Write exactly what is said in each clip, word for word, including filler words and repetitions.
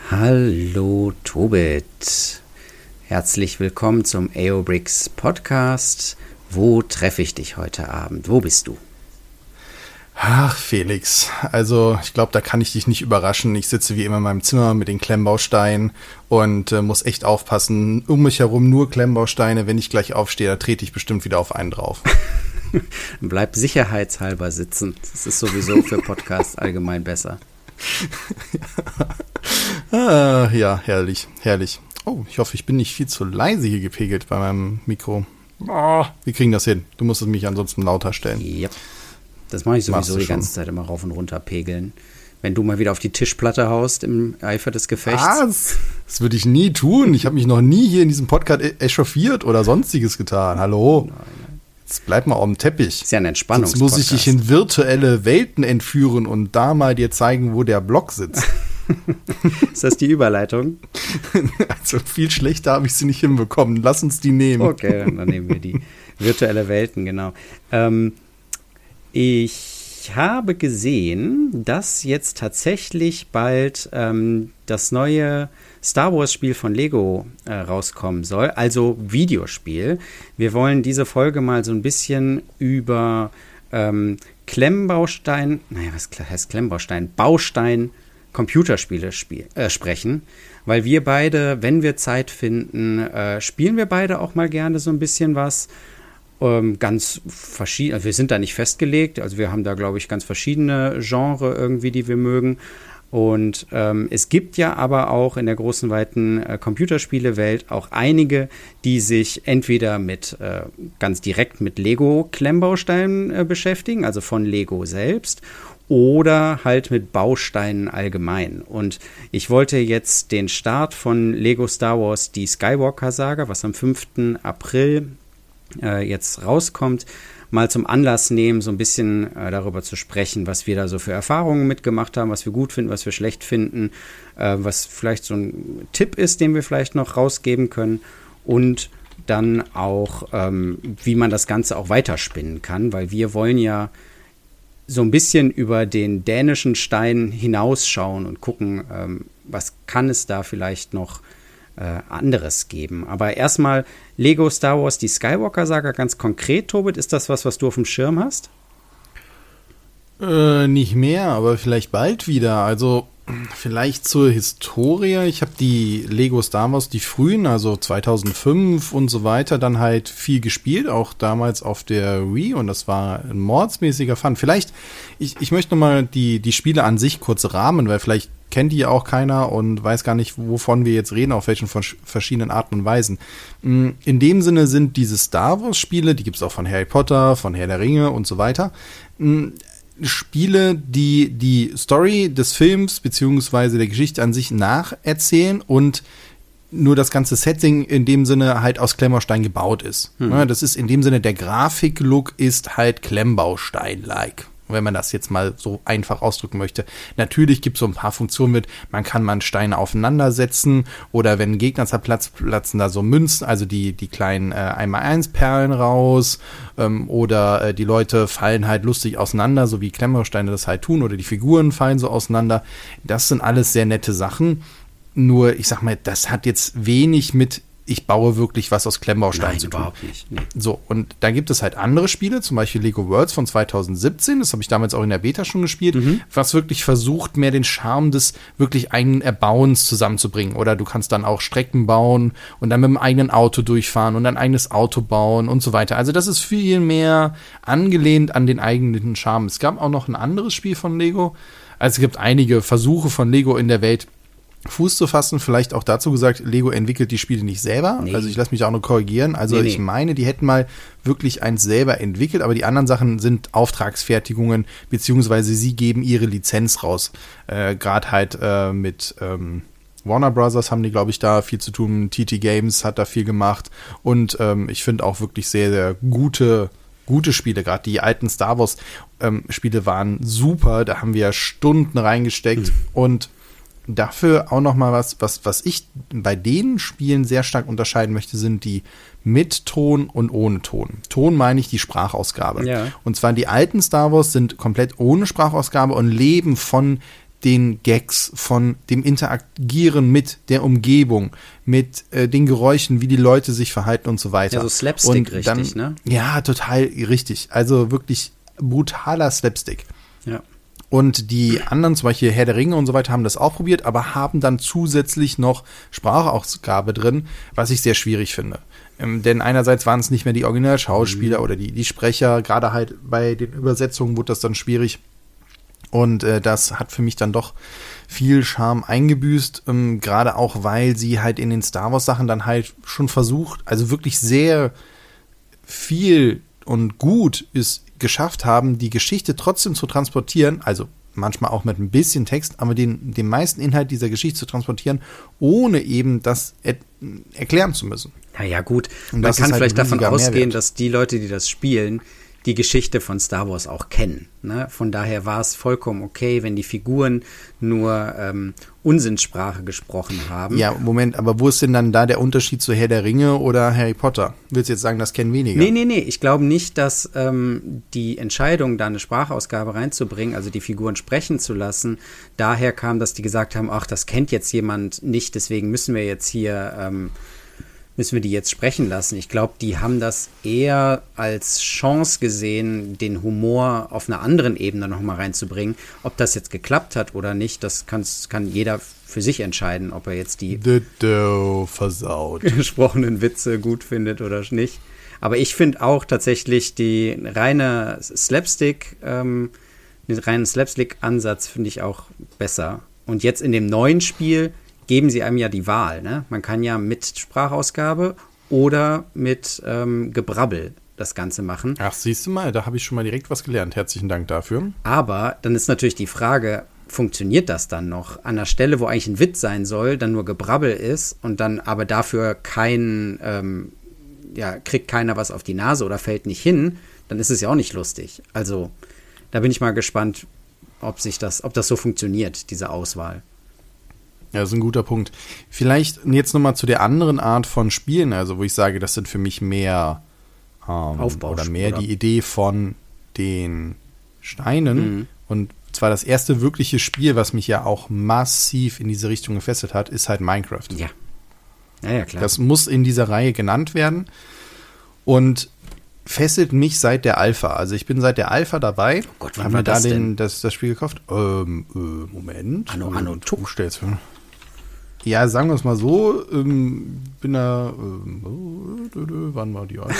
Hallo Tobit, herzlich willkommen zum AOBricks Podcast. Wo treffe ich dich heute Abend? Wo bist du? Ach, Felix, also ich glaube, da kann ich dich nicht überraschen. Ich sitze wie immer in meinem Zimmer mit den Klemmbausteinen und äh, muss echt aufpassen. Um mich herum nur Klemmbausteine. Wenn ich gleich aufstehe, da trete ich bestimmt wieder auf einen drauf. Bleib sicherheitshalber sitzen. Das ist sowieso für Podcasts allgemein besser. ah, ja, herrlich, herrlich. Oh, ich hoffe, ich bin nicht viel zu leise hier gepegelt bei meinem Mikro. Oh, wir kriegen das hin. Du musst es mich ansonsten lauter stellen. Yep. Das mache ich sowieso die ganze Zeit immer rauf und runter pegeln. Wenn du mal wieder auf die Tischplatte haust im Eifer des Gefechts. Was? Das würde ich nie tun. Ich habe mich noch nie hier in diesem Podcast echauffiert oder sonstiges getan. Hallo? Nein, nein. Jetzt bleib mal auf dem Teppich. Ist ja ein Entspannungspodcast. Sonst muss ich dich in virtuelle Welten entführen und da mal dir zeigen, wo der Block sitzt. Ist das die Überleitung? Also viel schlechter habe ich sie nicht hinbekommen. Lass uns die nehmen. Okay, dann nehmen wir die. Virtuelle Welten, genau. Ähm, Ich habe gesehen, dass jetzt tatsächlich bald ähm, das neue Star Wars Spiel von Lego äh, rauskommen soll, also Videospiel. Wir wollen diese Folge mal so ein bisschen über ähm, Klemmbaustein, naja, was heißt Klemmbaustein? Baustein Computerspiele spiel, äh, sprechen, weil wir beide, wenn wir Zeit finden, äh, spielen wir beide auch mal gerne so ein bisschen was. Ähm, ganz verschieden, wir sind da nicht festgelegt, also wir haben da, glaube ich, ganz verschiedene Genres irgendwie, die wir mögen. Und ähm, es gibt ja aber auch in der großen, weiten äh, Computerspielewelt auch einige, die sich entweder mit äh, ganz direkt mit Lego-Klemmbausteinen äh, beschäftigen, also von Lego selbst, oder halt mit Bausteinen allgemein. Und ich wollte jetzt den Start von Lego Star Wars, die Skywalker-Saga, was am fünften April jetzt rauskommt, mal zum Anlass nehmen, so ein bisschen äh, darüber zu sprechen, was wir da so für Erfahrungen mitgemacht haben, was wir gut finden, was wir schlecht finden, äh, was vielleicht so ein Tipp ist, den wir vielleicht noch rausgeben können und dann auch, ähm, wie man das Ganze auch weiterspinnen kann, weil wir wollen ja so ein bisschen über den dänischen Stein hinausschauen und gucken, ähm, was kann es da vielleicht noch Äh, anderes geben. Aber erstmal Lego Star Wars, die Skywalker-Saga, ganz konkret, Tobit, ist das was, was du auf dem Schirm hast? Äh, nicht mehr, aber vielleicht bald wieder. Also vielleicht zur Historie. Ich habe die Lego Star Wars, die frühen, also zweitausendfünf und so weiter, dann halt viel gespielt, auch damals auf der Wii und das war ein mordsmäßiger Fun. Vielleicht, ich, ich möchte nochmal die, die Spiele an sich kurz rahmen, weil vielleicht kennt die ja auch keiner und weiß gar nicht, wovon wir jetzt reden, auf welchen verschiedenen Arten und Weisen. In dem Sinne sind diese Star Wars Spiele, die gibt es auch von Harry Potter, von Herr der Ringe und so weiter, Spiele, die die Story des Films beziehungsweise der Geschichte an sich nacherzählen und nur das ganze Setting in dem Sinne halt aus Klemmbaustein gebaut ist. Hm. Das ist in dem Sinne, der Grafiklook ist halt Klemmbaustein-like, wenn man das jetzt mal so einfach ausdrücken möchte. Natürlich gibt es so ein paar Funktionen mit, man kann mal Steine aufeinander setzen oder wenn Gegner zerplatzen, platzen da so Münzen, also die, die kleinen äh, eins mal eins Perlen raus ähm, oder äh, die Leute fallen halt lustig auseinander, so wie Klemmbausteine das halt tun oder die Figuren fallen so auseinander. Das sind alles sehr nette Sachen. Nur, ich sag mal, das hat jetzt wenig mit ich baue wirklich was aus Klemmbausteinen Nein, zu tun. Überhaupt nicht. Nee. So, und da gibt es halt andere Spiele, zum Beispiel Lego Worlds von zweitausendsiebzehn, das habe ich damals auch in der Beta schon gespielt, mhm. was wirklich versucht, mehr den Charme des wirklich eigenen Erbauens zusammenzubringen. Oder du kannst dann auch Strecken bauen und dann mit dem eigenen Auto durchfahren und ein eigenes Auto bauen und so weiter. Also das ist viel mehr angelehnt an den eigenen Charme. Es gab auch noch ein anderes Spiel von Lego. Also es gibt einige Versuche von Lego in der Welt, Fuß zu fassen, vielleicht auch dazu gesagt, Lego entwickelt die Spiele nicht selber, nee. Also ich lasse mich auch noch korrigieren, also nee, nee. Ich meine, die hätten mal wirklich eins selber entwickelt, aber die anderen Sachen sind Auftragsfertigungen, beziehungsweise sie geben ihre Lizenz raus, äh, gerade halt äh, mit ähm, Warner Brothers haben die, glaube ich, da viel zu tun, T T Games hat da viel gemacht und ähm, ich finde auch wirklich sehr, sehr gute gute Spiele, gerade die alten Star Wars ähm, Spiele waren super, da haben wir Stunden reingesteckt mhm. und dafür auch noch mal was, was, was ich bei den Spielen sehr stark unterscheiden möchte, sind die mit Ton und ohne Ton. Ton meine ich die Sprachausgabe. Ja. Und zwar die alten Star Wars sind komplett ohne Sprachausgabe und leben von den Gags, von dem Interagieren mit der Umgebung, mit äh, den Geräuschen, wie die Leute sich verhalten und so weiter. Ja, so Slapstick und dann, richtig, ne? Ja, total richtig. Also wirklich brutaler Slapstick. Ja. Und die anderen, zum Beispiel Herr der Ringe und so weiter, haben das auch probiert, aber haben dann zusätzlich noch Sprachausgabe drin, was ich sehr schwierig finde. Ähm, denn einerseits waren es nicht mehr die Originalschauspieler mhm. oder die, die Sprecher, gerade halt bei den Übersetzungen wurde das dann schwierig. Und äh, das hat für mich dann doch viel Charme eingebüßt, ähm, gerade auch, weil sie halt in den Star Wars Sachen dann halt schon versucht, also wirklich sehr viel und gut ist geschafft haben, die Geschichte trotzdem zu transportieren, also manchmal auch mit ein bisschen Text, aber den, den meisten Inhalt dieser Geschichte zu transportieren, ohne eben das er- erklären zu müssen. Naja, gut, Und man das kann ist halt vielleicht ein davon riesiger ausgehen, Mehrwert. dass die Leute, die das spielen, die Geschichte von Star Wars auch kennen. Ne? Von daher war es vollkommen okay, wenn die Figuren nur ähm, Unsinnssprache gesprochen haben. Ja, Moment, aber wo ist denn dann da der Unterschied zu Herr der Ringe oder Harry Potter? Willst du jetzt sagen, das kennen weniger? Nee, nee, nee. Ich glaube nicht, dass ähm, die Entscheidung, da eine Sprachausgabe reinzubringen, also die Figuren sprechen zu lassen, daher kam, dass die gesagt haben, ach, das kennt jetzt jemand nicht, deswegen müssen wir jetzt hier, ähm, müssen wir die jetzt sprechen lassen. Ich glaube, die haben das eher als Chance gesehen, den Humor auf einer anderen Ebene nochmal reinzubringen. Ob das jetzt geklappt hat oder nicht, das kann's, kann jeder für sich entscheiden, ob er jetzt die Ditto, versaut. gesprochenen Witze gut findet oder nicht. Aber ich finde auch tatsächlich die reine Slapstick, ähm, den reinen Slapstick-Ansatz finde ich auch besser. Und jetzt in dem neuen Spiel geben sie einem ja die Wahl. Ne? Man kann ja mit Sprachausgabe oder mit ähm, Gebrabbel das Ganze machen. Ach, siehst du mal, da habe ich schon mal direkt was gelernt. Herzlichen Dank dafür. Aber dann ist natürlich die Frage, funktioniert das dann noch? An der Stelle, wo eigentlich ein Witz sein soll, dann nur Gebrabbel ist und dann aber dafür kein, ähm, ja, kriegt keiner was auf die Nase oder fällt nicht hin, dann ist es ja auch nicht lustig. Also da bin ich mal gespannt, ob sich das, ob das so funktioniert, diese Auswahl. Ja, das ist ein guter Punkt. Vielleicht jetzt nochmal zu der anderen Art von Spielen, also wo ich sage, das sind für mich mehr ähm, Aufbauspiele, oder mehr oder? die Idee von den Steinen. Mhm. Und zwar das erste wirkliche Spiel, was mich ja auch massiv in diese Richtung gefesselt hat, ist halt Minecraft. Ja. Ja, ja, klar. Das muss in dieser Reihe genannt werden und fesselt mich seit der Alpha. Also ich bin seit der Alpha dabei. Oh Gott, wann Hab war mir da das den, denn? das, das Spiel gekauft. Ähm, äh, Moment. Anno, Anno Du stellst mir. Ja, sagen wir es mal so, ähm, bin da, ähm, äh, wann war die Alpha?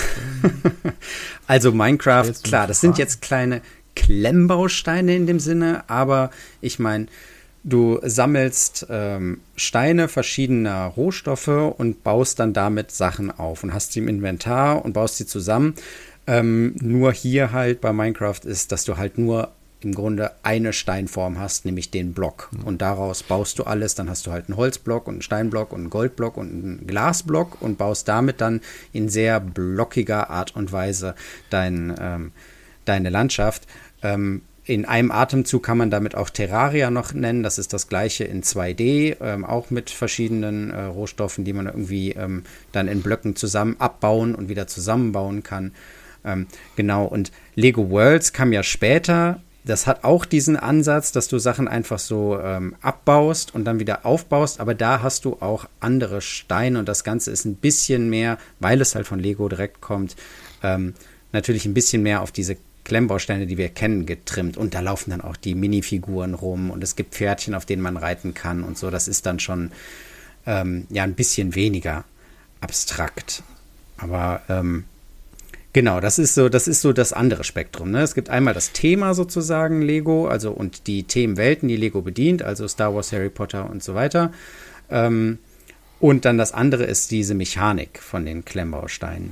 Also Minecraft, Jetzt klar, das sind jetzt kleine Klemmbausteine in dem Sinne, aber ich meine, du sammelst ähm, Steine verschiedener Rohstoffe und baust dann damit Sachen auf und hast sie im Inventar und baust sie zusammen. Ähm, nur hier halt bei Minecraft ist, dass du halt nur im Grunde eine Steinform hast, nämlich den Block. Und daraus baust du alles. Dann hast du halt einen Holzblock und einen Steinblock und einen Goldblock und einen Glasblock und baust damit dann in sehr blockiger Art und Weise dein, ähm, deine Landschaft. Ähm, in einem Atemzug kann man damit auch Terraria noch nennen. Das ist das gleiche in zwei D, ähm, auch mit verschiedenen äh, Rohstoffen, die man irgendwie ähm, dann in Blöcken zusammen abbauen und wieder zusammenbauen kann. Ähm, genau, und Lego Worlds kam ja später. Das hat auch diesen Ansatz, dass du Sachen einfach so ähm, abbaust und dann wieder aufbaust, aber da hast du auch andere Steine und das Ganze ist ein bisschen mehr, weil es halt von Lego direkt kommt, ähm, natürlich ein bisschen mehr auf diese Klemmbausteine, die wir kennen, getrimmt. Und da laufen dann auch die Minifiguren rum und es gibt Pferdchen, auf denen man reiten kann und so. Das ist dann schon ähm, ja ein bisschen weniger abstrakt. Aber ähm, genau, das ist so, das ist so das andere Spektrum. Ne? Es gibt einmal das Thema sozusagen Lego, also und die Themenwelten, die Lego bedient, also Star Wars, Harry Potter und so weiter. Ähm, und dann das andere ist diese Mechanik von den Klemmbausteinen.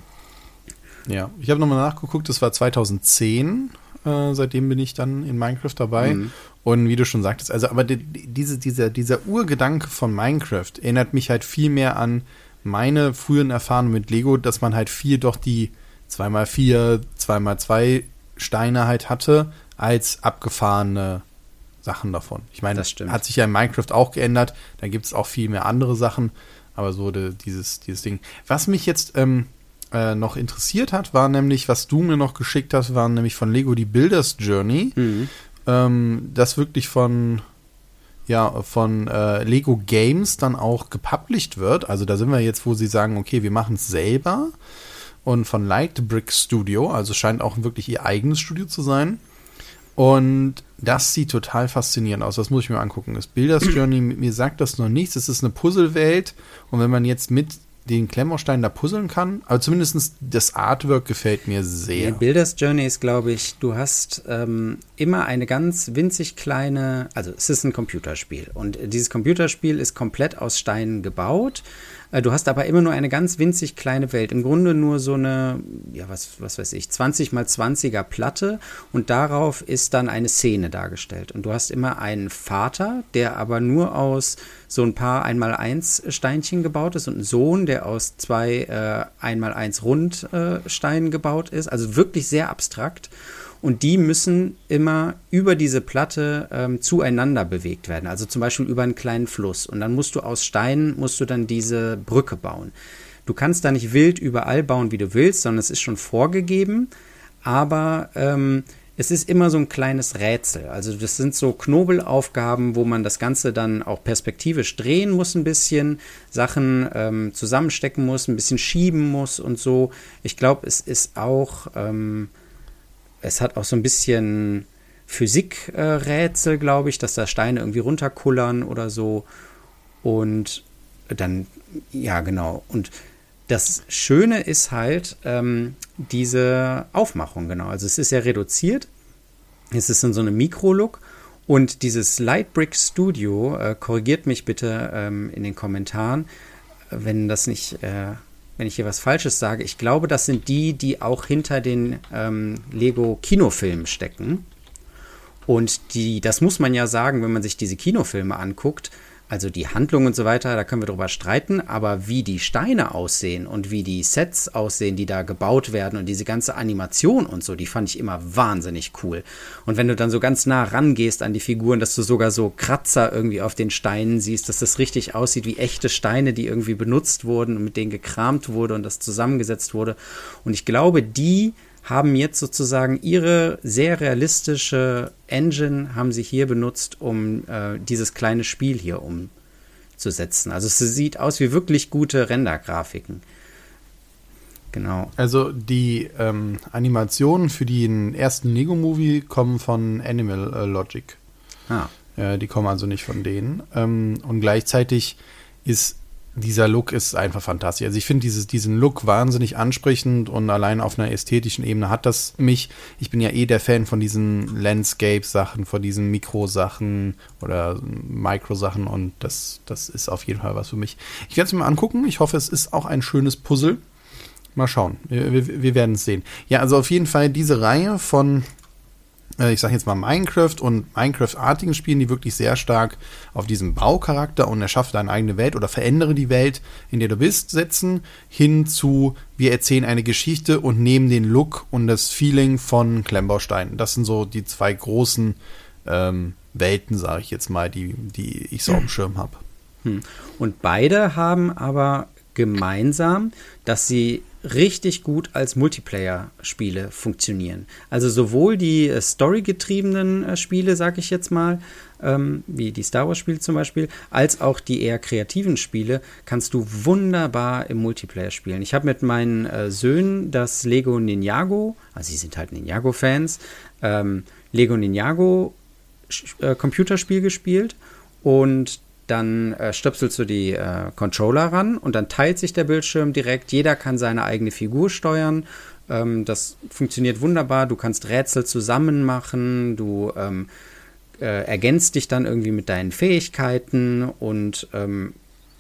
Ja, ich habe nochmal nachgeguckt, das war zweitausendzehn, äh, seitdem bin ich dann in Minecraft dabei. Mhm. Und wie du schon sagtest, also aber die, diese, dieser, dieser Urgedanke von Minecraft erinnert mich halt viel mehr an meine früheren Erfahrungen mit Lego, dass man halt viel doch die zwei mal vier, zwei mal zwei Steine halt hatte, als abgefahrene Sachen davon. Ich meine, das hat sich ja in Minecraft auch geändert, da gibt es auch viel mehr andere Sachen, aber so de, dieses, dieses Ding. Was mich jetzt ähm, äh, noch interessiert hat, war nämlich, was du mir noch geschickt hast, waren nämlich von Lego die Builders Journey. Mhm. Ähm, das wirklich von ja von äh, Lego Games dann auch gepublished wird. Also da sind wir jetzt, wo sie sagen, okay, wir machen es selber. Und von Light Brick Studio, also scheint auch wirklich ihr eigenes Studio zu sein. Und das sieht total faszinierend aus. Das muss ich mir angucken. Das Builders Journey, mir sagt das noch nichts. Es ist eine Puzzlewelt. Und wenn man jetzt mit den Klemmbausteinen da puzzeln kann, aber zumindest das Artwork gefällt mir sehr. Die Builders Journey ist, glaube ich, du hast ähm, immer eine ganz winzig kleine, also es ist ein Computerspiel. Und dieses Computerspiel ist komplett aus Steinen gebaut. Du hast aber immer nur eine ganz winzig kleine Welt. Im Grunde nur so eine, ja, was, was weiß ich, zwanzig mal zwanziger Platte und darauf ist dann eine Szene dargestellt. Und du hast immer einen Vater, der aber nur aus so ein paar eins mal eins Steinchen gebaut ist und einen Sohn, der aus zwei äh, eins mal eins Rundsteinen äh, gebaut ist. Also wirklich sehr abstrakt. Und die müssen immer über diese Platte ähm, zueinander bewegt werden. Also zum Beispiel über einen kleinen Fluss. Und dann musst du aus Steinen, musst du dann diese Brücke bauen. Du kannst da nicht wild überall bauen, wie du willst, sondern es ist schon vorgegeben. Aber ähm, es ist immer so ein kleines Rätsel. Also das sind so Knobelaufgaben, wo man das Ganze dann auch perspektivisch drehen muss ein bisschen, Sachen ähm, zusammenstecken muss, ein bisschen schieben muss und so. Ich glaube, es ist auch... Ähm, Es hat auch so ein bisschen Physikrätsel, äh, glaube ich, dass da Steine irgendwie runterkullern oder so. Und dann, ja, genau. Und das Schöne ist halt ähm, diese Aufmachung, genau. Also es ist ja reduziert. Es ist in so einem Mikro-Look. Und dieses Light Brick Studio, äh, korrigiert mich bitte ähm, in den Kommentaren, wenn das nicht... Äh, wenn ich hier was Falsches sage, ich glaube, das sind die, die auch hinter den ähm, Lego-Kinofilmen stecken. Und die, das muss man ja sagen, wenn man sich diese Kinofilme anguckt, also die Handlung und so weiter, da können wir drüber streiten, aber wie die Steine aussehen und wie die Sets aussehen, die da gebaut werden und diese ganze Animation und so, die fand ich immer wahnsinnig cool. Und wenn du dann so ganz nah rangehst an die Figuren, dass du sogar so Kratzer irgendwie auf den Steinen siehst, dass das richtig aussieht wie echte Steine, die irgendwie benutzt wurden und mit denen gekramt wurde und das zusammengesetzt wurde. Und ich glaube, die haben jetzt sozusagen ihre sehr realistische Engine, haben sie hier benutzt, um äh, dieses kleine Spiel hier umzusetzen. Also es sieht aus wie wirklich gute Rendergrafiken. Genau. Also die ähm, Animationen für den ersten Lego-Movie kommen von Animal äh, Logic. Ah. Äh, die kommen also nicht von denen. Ähm, und gleichzeitig ist dieser Look ist einfach fantastisch. Also ich finde dieses, diesen Look wahnsinnig ansprechend und allein auf einer ästhetischen Ebene hat das mich, ich bin ja eh der Fan von diesen Landscape-Sachen, von diesen Mikro-Sachen oder Micro-Sachen und das, das ist auf jeden Fall was für mich. Ich werde es mir mal angucken. Ich hoffe, es ist auch ein schönes Puzzle. Mal schauen. Wir, wir, wir werden es sehen. Ja, also auf jeden Fall diese Reihe von ich sage jetzt mal Minecraft und Minecraft-artigen Spielen, die wirklich sehr stark auf diesen Baucharakter und erschaffe deine eigene Welt oder verändere die Welt, in der du bist, setzen, hin zu, wir erzählen eine Geschichte und nehmen den Look und das Feeling von Klemmbausteinen. Das sind so die zwei großen ähm, Welten, sage ich jetzt mal, die, die ich so auf dem Schirm habe. Und beide haben aber gemeinsam, dass sie richtig gut als Multiplayer-Spiele funktionieren. Also sowohl die äh, storygetriebenen äh, Spiele, sag ich jetzt mal, ähm, wie die Star Wars-Spiele zum Beispiel, als auch die eher kreativen Spiele, kannst du wunderbar im Multiplayer spielen. Ich habe mit meinen äh, Söhnen das Lego Ninjago, also sie sind halt Ninjago-Fans, ähm, Lego Ninjago äh, Computerspiel gespielt und dann äh, stöpselst du die äh, Controller ran und dann teilt sich der Bildschirm direkt. Jeder kann seine eigene Figur steuern. Ähm, das funktioniert wunderbar. Du kannst Rätsel zusammen machen. Du ähm, äh, ergänzt dich dann irgendwie mit deinen Fähigkeiten und ähm,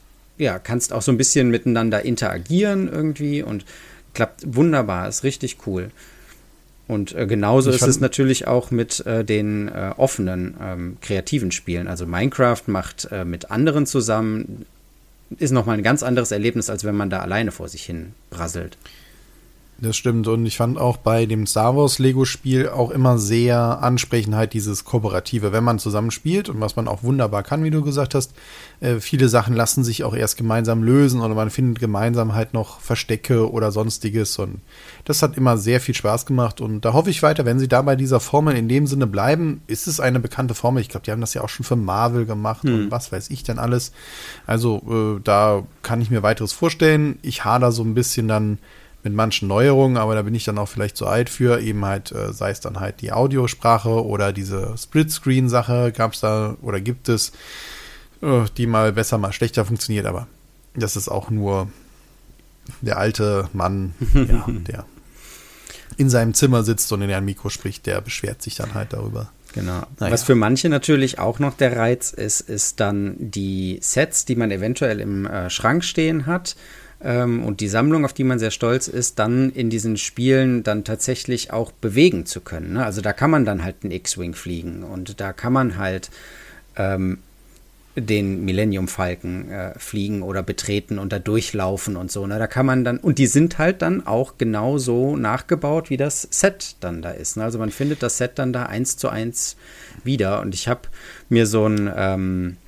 ja, kannst auch so ein bisschen miteinander interagieren irgendwie und klappt wunderbar. Ist richtig cool. Und äh, genauso ist es natürlich auch mit äh, den äh, offenen, ähm, kreativen Spielen. Also Minecraft macht äh, mit anderen zusammen, ist nochmal ein ganz anderes Erlebnis, als wenn man da alleine vor sich hin brasselt. Das stimmt, und ich fand auch bei dem Star Wars Lego-Spiel auch immer sehr ansprechend halt dieses Kooperative, wenn man zusammen spielt und was man auch wunderbar kann, wie du gesagt hast. Äh, viele Sachen lassen sich auch erst gemeinsam lösen oder man findet gemeinsam halt noch Verstecke oder sonstiges, und das hat immer sehr viel Spaß gemacht, und da hoffe ich weiter, wenn sie da bei dieser Formel in dem Sinne bleiben. Ist es eine bekannte Formel? Ich glaube, die haben das ja auch schon für Marvel gemacht hm. und was weiß ich denn alles. Also äh, da kann ich mir weiteres vorstellen. Ich hader so ein bisschen dann mit manchen Neuerungen, aber da bin ich dann auch vielleicht zu alt für, eben halt, äh, sei es dann halt die Audiosprache oder diese Split-Screen-Sache, gab es da oder gibt es, äh, die mal besser, mal schlechter funktioniert, aber das ist auch nur der alte Mann, ja, der in seinem Zimmer sitzt und in ein Mikro spricht, der beschwert sich dann halt darüber. Genau. Naja. Was für manche natürlich auch noch der Reiz ist, ist dann die Sets, die man eventuell im äh, Schrank stehen hat, ähm, und die Sammlung, auf die man sehr stolz ist, dann in diesen Spielen dann tatsächlich auch bewegen zu können. Ne? Also da kann man dann halt einen X-Wing fliegen und da kann man halt ähm, den Millennium Falcon äh, fliegen oder betreten und da durchlaufen und so. Ne? Da kann man dann, und die sind halt dann auch genau so nachgebaut, wie das Set dann da ist. Ne? Also man findet das Set dann da eins zu eins wieder. Und ich habe mir so ein ähm,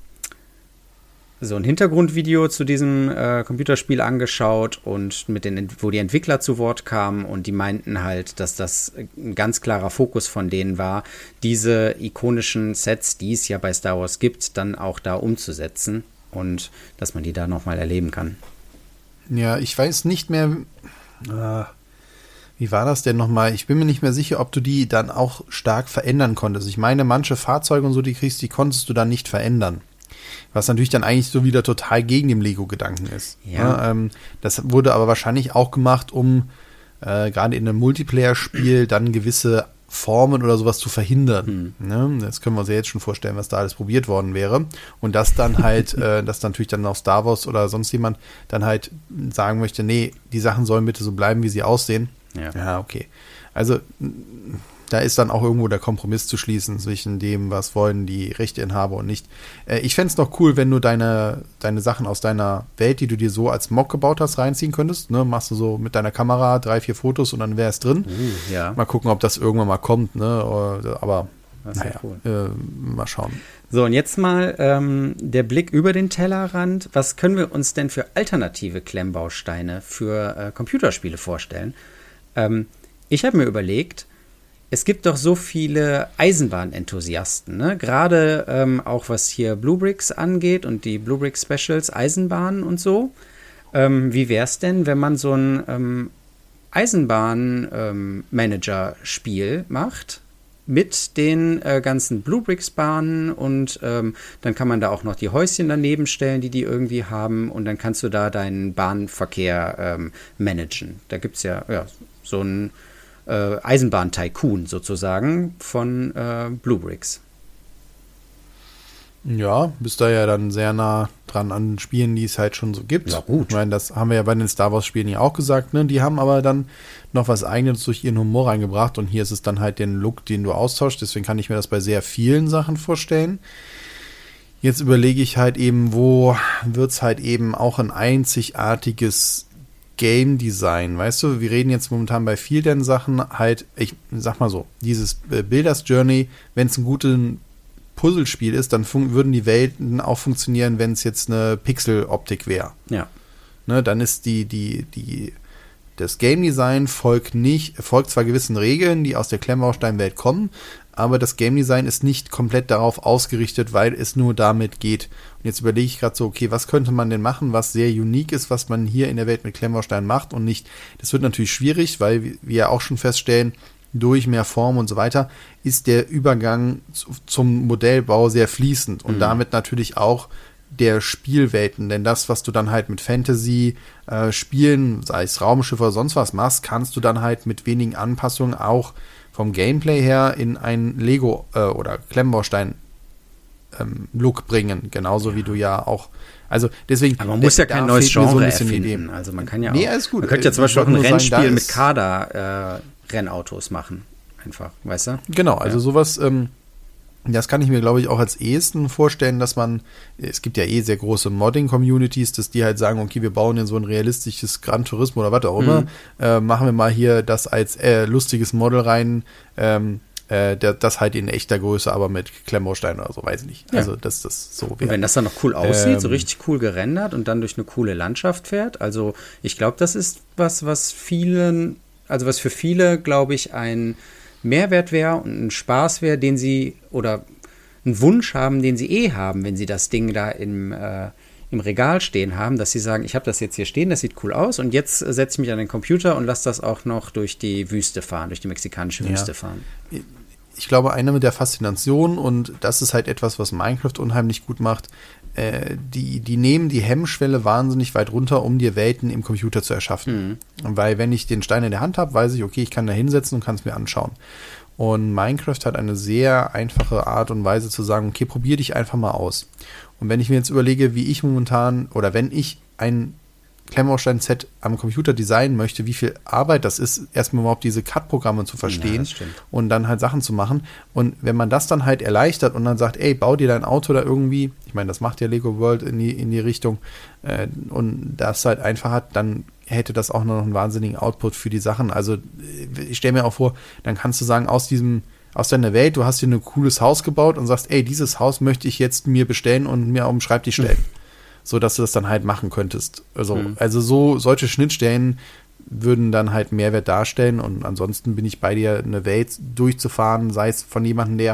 so ein Hintergrundvideo zu diesem äh, Computerspiel angeschaut und mit den, wo die Entwickler zu Wort kamen, und die meinten halt, dass das ein ganz klarer Fokus von denen war, diese ikonischen Sets, die es ja bei Star Wars gibt, dann auch da umzusetzen und dass man die da nochmal erleben kann. Ja, ich weiß nicht mehr, äh, wie war das denn nochmal? Ich bin mir nicht mehr sicher, ob du die dann auch stark verändern konntest. Ich meine, manche Fahrzeuge und so, die kriegst, die konntest du dann nicht verändern. Was natürlich dann eigentlich so wieder total gegen den Lego-Gedanken ist. Ja. Ja, ähm, das wurde aber wahrscheinlich auch gemacht, um äh, gerade in einem Multiplayer-Spiel dann gewisse Formen oder sowas zu verhindern. Hm. Ne? Das können wir uns ja jetzt schon vorstellen, was da alles probiert worden wäre. Und das dann halt, äh, dass natürlich dann auch Star Wars oder sonst jemand dann halt sagen möchte, nee, die Sachen sollen bitte so bleiben, wie sie aussehen. Ja, ja, okay. Also da ist dann auch irgendwo der Kompromiss zu schließen zwischen dem, was wollen die Rechteinhaber und nicht. Äh, ich fände es noch cool, wenn du deine, deine Sachen aus deiner Welt, die du dir so als Mock gebaut hast, reinziehen könntest. Ne? Machst du so mit deiner Kamera drei, vier Fotos und dann wäre es drin. Uh, ja. Mal gucken, ob das irgendwann mal kommt. Ne? Aber das ist naja, ja cool. äh, mal schauen. So, und jetzt mal ähm, der Blick über den Tellerrand. Was können wir uns denn für alternative Klemmbausteine für äh, Computerspiele vorstellen? Ähm, ich habe mir überlegt, es gibt doch so viele Eisenbahnenthusiasten, ne? Gerade ähm, auch was hier Bluebricks angeht und die Bluebricks Specials, Eisenbahnen und so. Ähm, wie wäre es denn, wenn man so ein ähm, Eisenbahn-Manager-Spiel ähm, macht mit den äh, ganzen Bluebricks-Bahnen, und ähm, dann kann man da auch noch die Häuschen daneben stellen, die die irgendwie haben, und dann kannst du da deinen Bahnverkehr ähm, managen. Da gibt es ja, ja so ein Äh, Eisenbahn-Tycoon sozusagen von äh, Bluebricks. Ja, bist da ja dann sehr nah dran an Spielen, die es halt schon so gibt. Ja, gut. Ich meine, das haben wir ja bei den Star Wars-Spielen ja auch gesagt, ne? Die haben aber dann noch was Eigenes durch ihren Humor reingebracht, und hier ist es dann halt den Look, den du austauschst. Deswegen kann ich mir das bei sehr vielen Sachen vorstellen. Jetzt überlege ich halt eben, wo wird es halt eben auch ein einzigartiges Game Design, weißt du, wir reden jetzt momentan bei vielen Sachen halt, ich sag mal so, dieses Builders Journey, wenn es ein gutes Puzzlespiel ist, dann fun- würden die Welten auch funktionieren, wenn es jetzt eine Pixel-Optik wäre. Ja. Ne, dann ist die, die, die, das Game Design folgt nicht, folgt zwar gewissen Regeln, die aus der Klemmbaustein-Welt kommen, aber das Game Design ist nicht komplett darauf ausgerichtet, weil es nur damit geht. Und jetzt überlege ich gerade so, okay, was könnte man denn machen, was sehr unique ist, was man hier in der Welt mit Klemmbaustein macht und nicht. Das wird natürlich schwierig, weil wir ja auch schon feststellen, durch mehr Form und so weiter ist der Übergang zum Modellbau sehr fließend und mhm. damit natürlich auch der Spielwelten, denn das, was du dann halt mit Fantasy äh, Spielen, sei es Raumschiffe oder sonst was machst, kannst du dann halt mit wenigen Anpassungen auch vom Gameplay her in ein Lego äh, oder Klemmbaustein ähm, Look bringen, genauso ja. wie du ja auch, also deswegen. Aber man muss ja kein neues Genre so erfinden, Idee. Also man kann ja nee, auch, alles gut. Man könnte ja zum ich Beispiel auch ein Rennspiel sagen, mit Kader äh, Rennautos machen, einfach, weißt du? Genau, also ja. sowas, ähm, Das kann ich mir, glaube ich, auch als ehesten vorstellen, dass man, es gibt ja eh sehr große Modding-Communities, dass die halt sagen, okay, wir bauen in so ein realistisches Gran Turismo oder was auch immer, mhm. äh, machen wir mal hier das als äh, lustiges Model rein, ähm, äh, der, das halt in echter Größe, aber mit Klemmbausteinen oder so, weiß ich nicht. Ja. Also, dass das so wäre. Und wenn das dann noch cool aussieht, ähm, so richtig cool gerendert und dann durch eine coole Landschaft fährt, also ich glaube, das ist was, was vielen, also was für viele, glaube ich, ein Mehrwert wäre und ein Spaß wäre, den sie oder einen Wunsch haben, den sie eh haben, wenn sie das Ding da im, äh, im Regal stehen haben, dass sie sagen, ich habe das jetzt hier stehen, das sieht cool aus und jetzt setze ich mich an den Computer und lasse das auch noch durch die Wüste fahren, durch die mexikanische ja. Wüste fahren. Ich glaube, eine mit der Faszination, und das ist halt etwas, was Minecraft unheimlich gut macht, äh, die, die nehmen die Hemmschwelle wahnsinnig weit runter, um dir Welten im Computer zu erschaffen. Mhm. Weil wenn ich den Stein in der Hand habe, weiß ich, okay, ich kann da hinsetzen und kann es mir anschauen. Und Minecraft hat eine sehr einfache Art und Weise zu sagen, okay, probier dich einfach mal aus. Und wenn ich mir jetzt überlege, wie ich momentan, oder wenn ich ein Klemmbaustein-Set am Computer designen möchte, wie viel Arbeit das ist, erstmal überhaupt diese C A D-Programme zu verstehen ja, und dann halt Sachen zu machen. Und wenn man das dann halt erleichtert und dann sagt, ey, bau dir dein Auto da irgendwie, ich meine, das macht ja Lego World in die, in die Richtung, äh, und das halt einfach hat, dann hätte das auch noch einen wahnsinnigen Output für die Sachen. Also ich stelle mir auch vor, dann kannst du sagen, aus diesem, aus deiner Welt, du hast dir ein cooles Haus gebaut und sagst, ey, dieses Haus möchte ich jetzt mir bestellen und mir auf den Schreibtisch stellen. Mhm. So dass du das dann halt machen könntest. Also, mhm. also so, solche Schnittstellen würden dann halt Mehrwert darstellen, und ansonsten bin ich bei dir, eine Welt durchzufahren, sei es von jemandem, der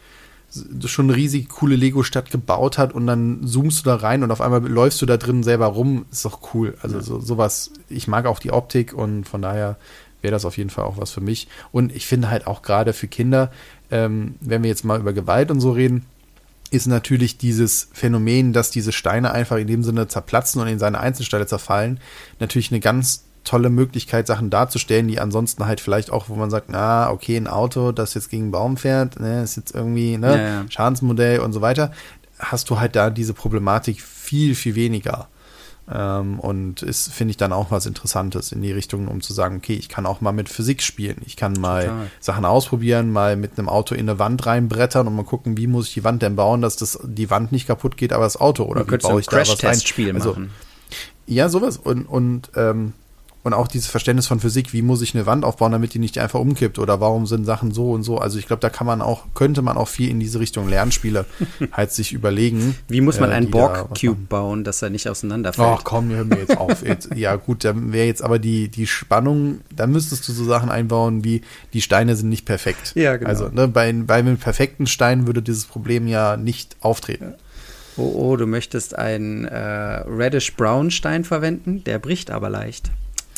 schon eine riesig coole Lego-Stadt gebaut hat und dann zoomst du da rein und auf einmal läufst du da drin selber rum, ist doch cool. Also ja. so, sowas, ich mag auch die Optik und von daher wäre das auf jeden Fall auch was für mich. Und ich finde halt auch gerade für Kinder, ähm, wenn wir jetzt mal über Gewalt und so reden, ist natürlich dieses Phänomen, dass diese Steine einfach in dem Sinne zerplatzen und in seine Einzelteile zerfallen, natürlich eine ganz tolle Möglichkeit, Sachen darzustellen, die ansonsten halt vielleicht auch, wo man sagt, na, okay, ein Auto, das jetzt gegen einen Baum fährt, ne, ist jetzt irgendwie, ne, ja, ja. Schadensmodell und so weiter, hast du halt da diese Problematik viel, viel weniger. Ähm, und ist, finde ich, dann auch was Interessantes in die Richtung, um zu sagen, okay, ich kann auch mal mit Physik spielen. Ich kann mal Total. Sachen ausprobieren, mal mit einem Auto in eine Wand reinbrettern und mal gucken, wie muss ich die Wand denn bauen, dass das die Wand nicht kaputt geht, aber das Auto, oder wie baue ich da was rein? Spiel also, machen. Ja, sowas. Und, und, ähm, und auch dieses Verständnis von Physik, wie muss ich eine Wand aufbauen, damit die nicht einfach umkippt, oder warum sind Sachen so und so. Also ich glaube, da kann man auch, könnte man auch viel in diese Richtung Lernspiele halt sich überlegen. Wie muss man äh, einen Borg-Cube bauen, dass er nicht auseinanderfällt? Ach komm, hör mir jetzt auf. Jetzt, ja gut, dann wäre jetzt aber die, die Spannung, da müsstest du so Sachen einbauen wie, die Steine sind nicht perfekt. Ja, genau. Also ne, bei, bei einem perfekten Stein würde dieses Problem ja nicht auftreten. Ja. Oh, oh, du möchtest einen äh, Reddish-Brown-Stein verwenden, der bricht aber leicht.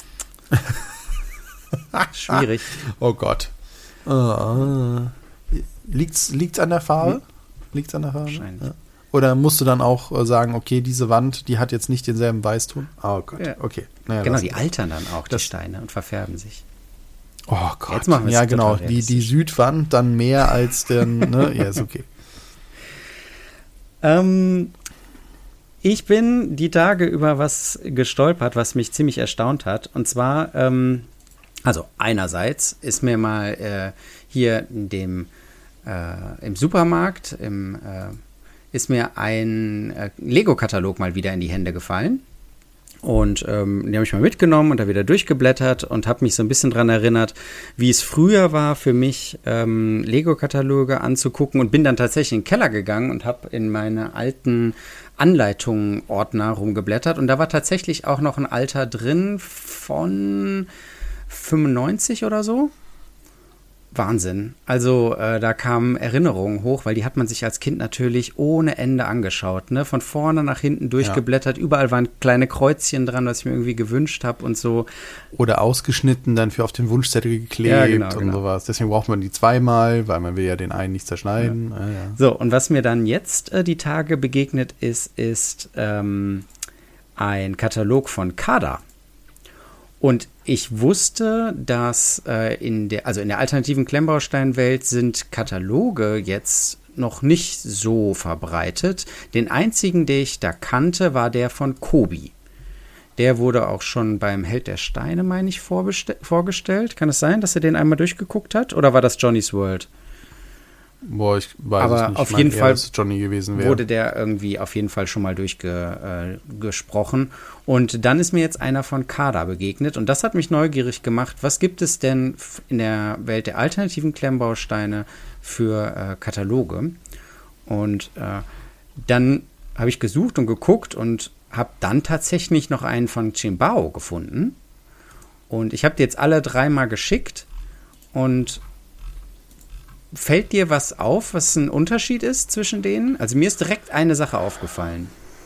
Schwierig. Oh Gott. Uh, liegt's, liegt's an der Farbe? Hm? Liegt's an der Farbe? Wahrscheinlich. Ja. Oder musst du dann auch sagen, okay, diese Wand, die hat jetzt nicht denselben Weißton? Oh Gott, ja. Okay. Naja, genau, die altern dann auch, die Steine, und verfärben sich. Oh Gott. Jetzt machen wir es ja, genau. Die, die Südwand dann mehr als den, ne? Ja, ist okay. Ähm, ich bin die Tage über was gestolpert, was mich ziemlich erstaunt hat. Und zwar, ähm, also einerseits ist mir mal äh, hier in dem, äh, im Supermarkt im, äh, ist mir ein äh, Lego-Katalog mal wieder in die Hände gefallen. Und ähm, den habe ich mal mitgenommen und da wieder durchgeblättert und habe mich so ein bisschen dran erinnert, wie es früher war für mich, ähm, Lego-Kataloge anzugucken, und bin dann tatsächlich in den Keller gegangen und habe in meine alten Anleitungen-Ordner rumgeblättert, und da war tatsächlich auch noch ein alter drin von fünfundneunzig oder so. Wahnsinn. Also äh, da kamen Erinnerungen hoch, weil die hat man sich als Kind natürlich ohne Ende angeschaut. Ne? Von vorne nach hinten durchgeblättert. Ja. Überall waren kleine Kreuzchen dran, was ich mir irgendwie gewünscht habe und so. Oder ausgeschnitten, dann für auf den Wunschzettel geklebt, ja, genau, und genau. sowas. Deswegen braucht man die zweimal, weil man will ja den einen nicht zerschneiden. Ja. Ah, ja. So, und was mir dann jetzt äh, die Tage begegnet ist, ist ähm, ein Katalog von Kada. Und ich wusste, dass äh, in der, also in der alternativen Klemmbausteinwelt sind Kataloge jetzt noch nicht so verbreitet. Den einzigen, den ich da kannte, war der von Kobi. Der wurde auch schon beim Held der Steine, meine ich, vorbeste- vorgestellt. Kann es sein, dass er den einmal durchgeguckt hat? Oder war das Johnny's World? Boah, ich weiß Aber es nicht. auf Ich jeden meine eher, Fall dass es Johnny gewesen wäre. wurde der irgendwie auf jeden Fall schon mal durchgesprochen. Äh, und dann ist mir jetzt einer von Kada begegnet und das hat mich neugierig gemacht. Was gibt es denn in der Welt der alternativen Klemmbausteine für äh, Kataloge? Und äh, dann habe ich gesucht und geguckt und habe dann tatsächlich noch einen von Chimbao gefunden. Und ich habe die jetzt alle dreimal geschickt und fällt dir was auf, was ein Unterschied ist zwischen denen? Also mir ist direkt eine Sache aufgefallen.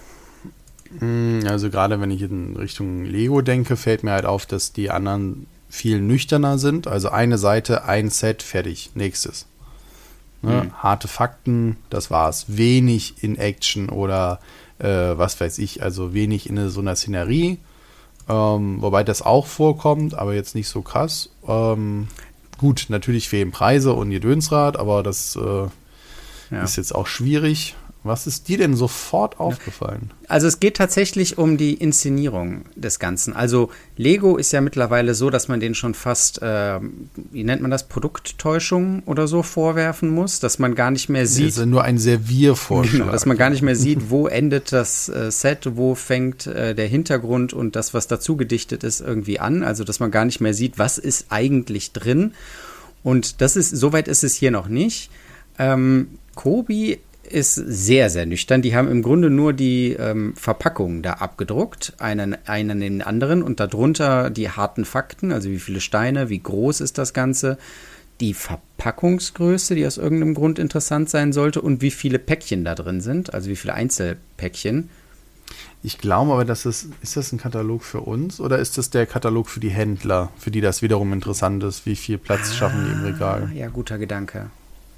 Also gerade wenn ich in Richtung Lego denke, fällt mir halt auf, dass die anderen viel nüchterner sind. Also eine Seite, ein Set, fertig, nächstes. Ne? Mhm. Harte Fakten, das war's. Wenig in Action oder äh, was weiß ich, also wenig in so einer Szenerie. Ähm, wobei das auch vorkommt, aber jetzt nicht so krass. Ähm, Gut, natürlich fehlen Preise und Gedönsrad, aber das äh, ja. ist jetzt auch schwierig. Was ist dir denn sofort aufgefallen? Also es geht tatsächlich um die Inszenierung des Ganzen. Also Lego ist ja mittlerweile so, dass man denen schon fast, äh, wie nennt man das, Produkttäuschung oder so vorwerfen muss, dass man gar nicht mehr sieht. Das ist nur ein Serviervorschlag. Genau, dass man gar nicht mehr sieht, wo endet das äh, Set, wo fängt äh, der Hintergrund und das, was dazu gedichtet ist, irgendwie an. Also dass man gar nicht mehr sieht, was ist eigentlich drin. Und das ist, soweit ist es hier noch nicht. Ähm, Kobi ist sehr, sehr nüchtern. Die haben im Grunde nur die ähm, Verpackung da abgedruckt, einen, einen neben den anderen und darunter die harten Fakten, also wie viele Steine, wie groß ist das Ganze, die Verpackungsgröße, die aus irgendeinem Grund interessant sein sollte und wie viele Päckchen da drin sind, also wie viele Einzelpäckchen. Ich glaube aber, dass es, ist das ein Katalog für uns oder ist das der Katalog für die Händler, für die das wiederum interessant ist, wie viel Platz schaffen die im Regal? Ja, guter Gedanke.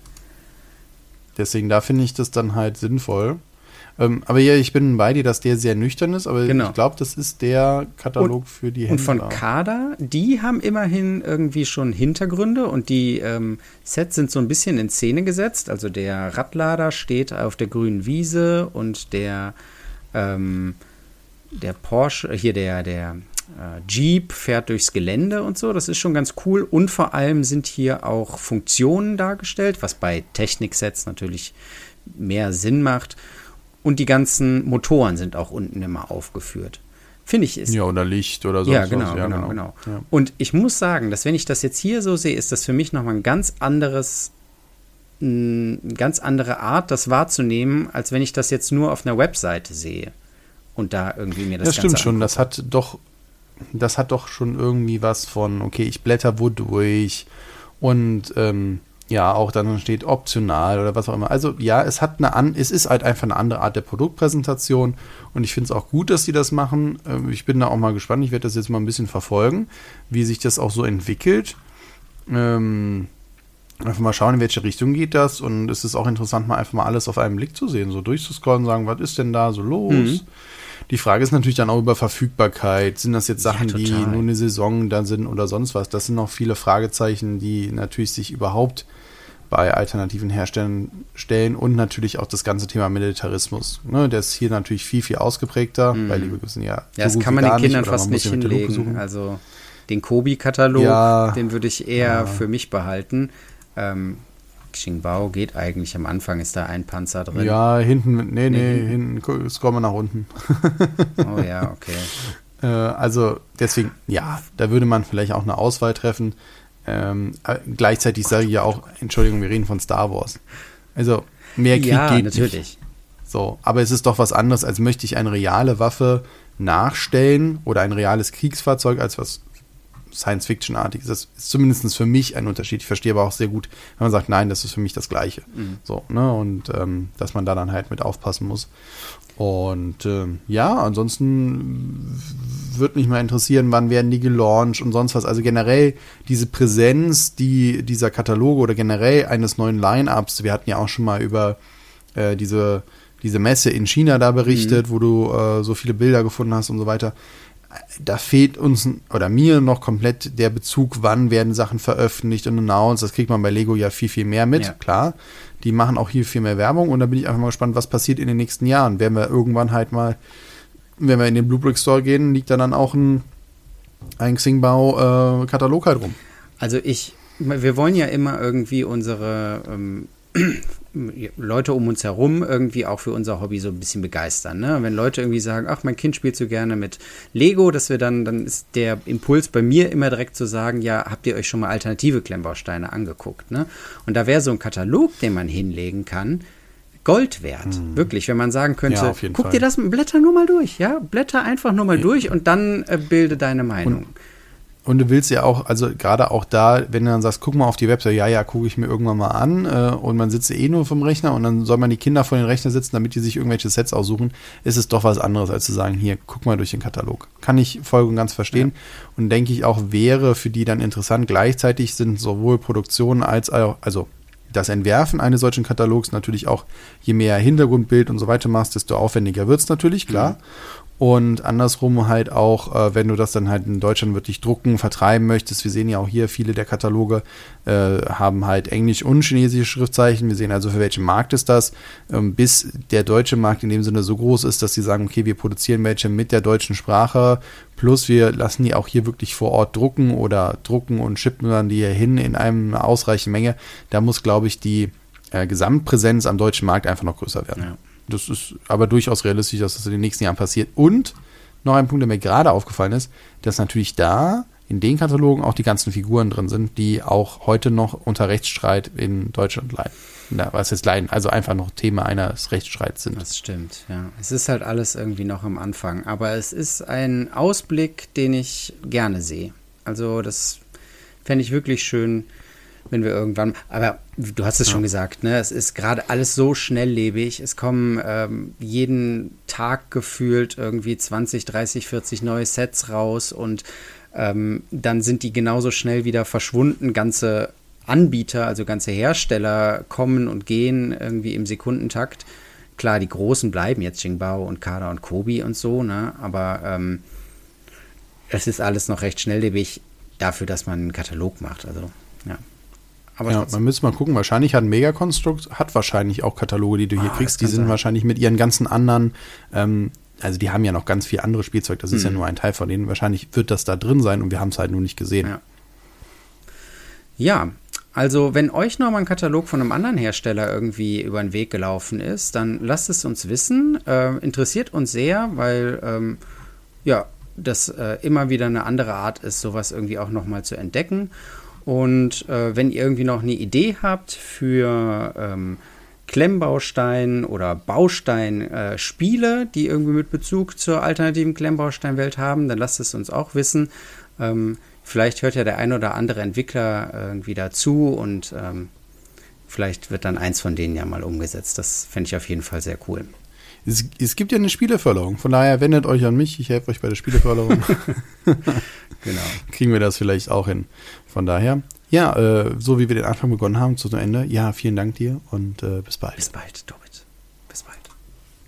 Deswegen, da finde ich das dann halt sinnvoll. Ähm, aber ja, ich bin bei dir, dass der sehr nüchtern ist, aber genau. Ich glaube, das ist der Katalog und, für die Händler. Und von Kada, die haben immerhin irgendwie schon Hintergründe und die ähm, Sets sind so ein bisschen in Szene gesetzt. Also der Radlader steht auf der grünen Wiese und der, ähm, der Porsche, hier der, der äh, Jeep fährt durchs Gelände und so. Das ist schon ganz cool. Und vor allem sind hier auch Funktionen dargestellt, was bei Techniksets natürlich mehr Sinn macht. Und die ganzen Motoren sind auch unten immer aufgeführt. Finde ich ist. Ja, oder Licht oder so. Ja, genau, ja, genau, genau. Ja. Und ich muss sagen, dass wenn ich das jetzt hier so sehe, ist das für mich nochmal ein ganz anderes, eine ganz andere Art, das wahrzunehmen, als wenn ich das jetzt nur auf einer Webseite sehe und da irgendwie mir das Ganze Ja, stimmt schon. Das hat doch, das hat doch schon irgendwie was von, okay, ich blätter wo durch und ähm, ja, auch dann steht optional oder was auch immer. Also ja, es hat eine an, es ist halt einfach eine andere Art der Produktpräsentation und ich finde es auch gut, dass sie das machen. Ich bin da auch mal gespannt. Ich werde das jetzt mal ein bisschen verfolgen, wie sich das auch so entwickelt. Ähm, einfach mal schauen, in welche Richtung geht das und es ist auch interessant, mal einfach mal alles auf einen Blick zu sehen, so durchzuscrollen, sagen, was ist denn da so los? Mhm. Die Frage ist natürlich dann auch über Verfügbarkeit. Sind das jetzt Sachen, ja, die nur eine Saison da sind oder sonst was? Das sind noch viele Fragezeichen, die natürlich sich überhaupt bei alternativen Herstellern stellen und natürlich auch das ganze Thema Militarismus. Ne, der ist hier natürlich viel, viel ausgeprägter, mhm. weil die sind ja Ja, so das kann man den Kindern nicht, fast nicht hinlegen. Also den Kobi-Katalog, ja, den würde ich eher ja. für mich behalten. Ähm, Xingbao geht eigentlich, am Anfang ist da ein Panzer drin. Ja, hinten, nee, nee, nee hinten scrollen wir nach unten. Oh ja, okay. äh, also deswegen, ja, da würde man vielleicht auch eine Auswahl treffen. Ähm, gleichzeitig sage ich ja auch, Entschuldigung, wir reden von Star Wars. Also mehr Krieg ja, geht natürlich. Nicht. So, aber es ist doch was anderes, als möchte ich eine reale Waffe nachstellen oder ein reales Kriegsfahrzeug als was Science-Fiction-artiges. Das ist zumindest für mich ein Unterschied. Ich verstehe aber auch sehr gut, wenn man sagt, nein, das ist für mich das Gleiche. Mhm. So, ne? Und ähm, dass man da dann halt mit aufpassen muss. Und ähm, ja, ansonsten würde mich mal interessieren, wann werden die gelauncht und sonst was. Also generell diese Präsenz, die dieser Kataloge oder generell eines neuen Line-Ups, wir hatten ja auch schon mal über äh, diese, diese Messe in China da berichtet, mhm. wo du äh, so viele Bilder gefunden hast und so weiter. Da fehlt uns oder mir noch komplett der Bezug, wann werden Sachen veröffentlicht und announced. Das kriegt man bei Lego ja viel, viel mehr mit, ja. Klar. Die machen auch hier viel mehr Werbung und da bin ich einfach mal gespannt, was passiert in den nächsten Jahren. Werden wir irgendwann halt mal, wenn wir in den Blue Brick Store gehen, liegt da dann auch ein, ein Xingbao-Katalog äh, halt rum. Also ich, wir wollen ja immer irgendwie unsere ähm, Leute um uns herum irgendwie auch für unser Hobby so ein bisschen begeistern. Ne? Wenn Leute irgendwie sagen, ach, mein Kind spielt so gerne mit Lego, dass wir dann, dann ist der Impuls bei mir immer direkt zu sagen, ja, habt ihr euch schon mal alternative Klemmbausteine angeguckt? Ne? Und da wäre so ein Katalog, den man hinlegen kann, Gold wert. Hm. Wirklich, wenn man sagen könnte, ja, guck Fall. dir das, blätter nur mal durch, ja, blätter einfach nur mal ja. durch und dann äh, bilde deine Meinung. Und Und du willst ja auch, also gerade auch da, wenn du dann sagst, guck mal auf die Website, ja, ja, gucke ich mir irgendwann mal an äh, und man sitzt eh nur vom Rechner und dann soll man die Kinder vor den Rechner sitzen, damit die sich irgendwelche Sets aussuchen, ist es doch was anderes, als zu sagen, hier, guck mal durch den Katalog. Kann ich voll und ganz verstehen ja. und denke ich auch, wäre für die dann interessant. Gleichzeitig sind sowohl Produktionen als auch, also das Entwerfen eines solchen Katalogs natürlich auch, je mehr Hintergrundbild und so weiter machst, desto aufwendiger wird es natürlich, klar. Mhm. Und andersrum halt auch, äh, wenn du das dann halt in Deutschland wirklich drucken, vertreiben möchtest. Wir sehen ja auch hier, viele der Kataloge äh, haben halt englisch und chinesische Schriftzeichen. Wir sehen also, für welchen Markt ist das, ähm, bis der deutsche Markt in dem Sinne so groß ist, dass sie sagen, okay, wir produzieren welche mit der deutschen Sprache, plus wir lassen die auch hier wirklich vor Ort drucken oder drucken und schippen dann die hier hin in einer ausreichenden Menge. Da muss, glaube ich, die äh, Gesamtpräsenz am deutschen Markt einfach noch größer werden. Ja. Das ist aber durchaus realistisch, dass das in den nächsten Jahren passiert. Und noch ein Punkt, der mir gerade aufgefallen ist, dass natürlich da in den Katalogen auch die ganzen Figuren drin sind, die auch heute noch unter Rechtsstreit in Deutschland leiden. Na, was jetzt leiden? Also einfach noch Thema eines Rechtsstreits sind. Das stimmt, ja. Es ist halt alles irgendwie noch am Anfang. Aber es ist ein Ausblick, den ich gerne sehe. Also das fände ich wirklich schön, wenn wir irgendwann, aber du hast es ja. schon gesagt, ne? Es ist gerade alles so schnelllebig. Es kommen ähm, jeden Tag gefühlt irgendwie zwanzig, dreißig, vierzig neue Sets raus und ähm, dann sind die genauso schnell wieder verschwunden. Ganze Anbieter, also ganze Hersteller kommen und gehen irgendwie im Sekundentakt. Klar, die Großen bleiben jetzt Jingbao und Kada und Kobi und so, ne? Aber ähm, es ist alles noch recht schnelllebig dafür, dass man einen Katalog macht. Also, ja. Aber ja, man müsste mal gucken, wahrscheinlich hat ein Megaconstruct, hat wahrscheinlich auch Kataloge, die du hier ah, kriegst, die sind sein. wahrscheinlich mit ihren ganzen anderen, ähm, also die haben ja noch ganz viel andere Spielzeug, das ist mhm. ja nur ein Teil von denen, wahrscheinlich wird das da drin sein und wir haben es halt nur nicht gesehen. Ja. ja, also wenn euch noch mal ein Katalog von einem anderen Hersteller irgendwie über den Weg gelaufen ist, dann lasst es uns wissen, äh, interessiert uns sehr, weil, ähm, ja, das äh, immer wieder eine andere Art ist, sowas irgendwie auch noch mal zu entdecken. Und äh, wenn ihr irgendwie noch eine Idee habt für ähm, Klemmbaustein- oder Baustein-Spiele, äh, die irgendwie mit Bezug zur alternativen Klemmbausteinwelt haben, dann lasst es uns auch wissen. Ähm, vielleicht hört ja der ein oder andere Entwickler irgendwie dazu und ähm, vielleicht wird dann eins von denen ja mal umgesetzt. Das fände ich auf jeden Fall sehr cool. Es, es gibt ja eine Spieleförderung, von daher wendet euch an mich, ich helfe euch bei der Spieleförderung. Genau. Kriegen wir das vielleicht auch hin. Von daher, ja, äh, so wie wir den Anfang begonnen haben, zu Ende. Ja, vielen Dank dir und äh, bis bald. Bis bald, Dobit.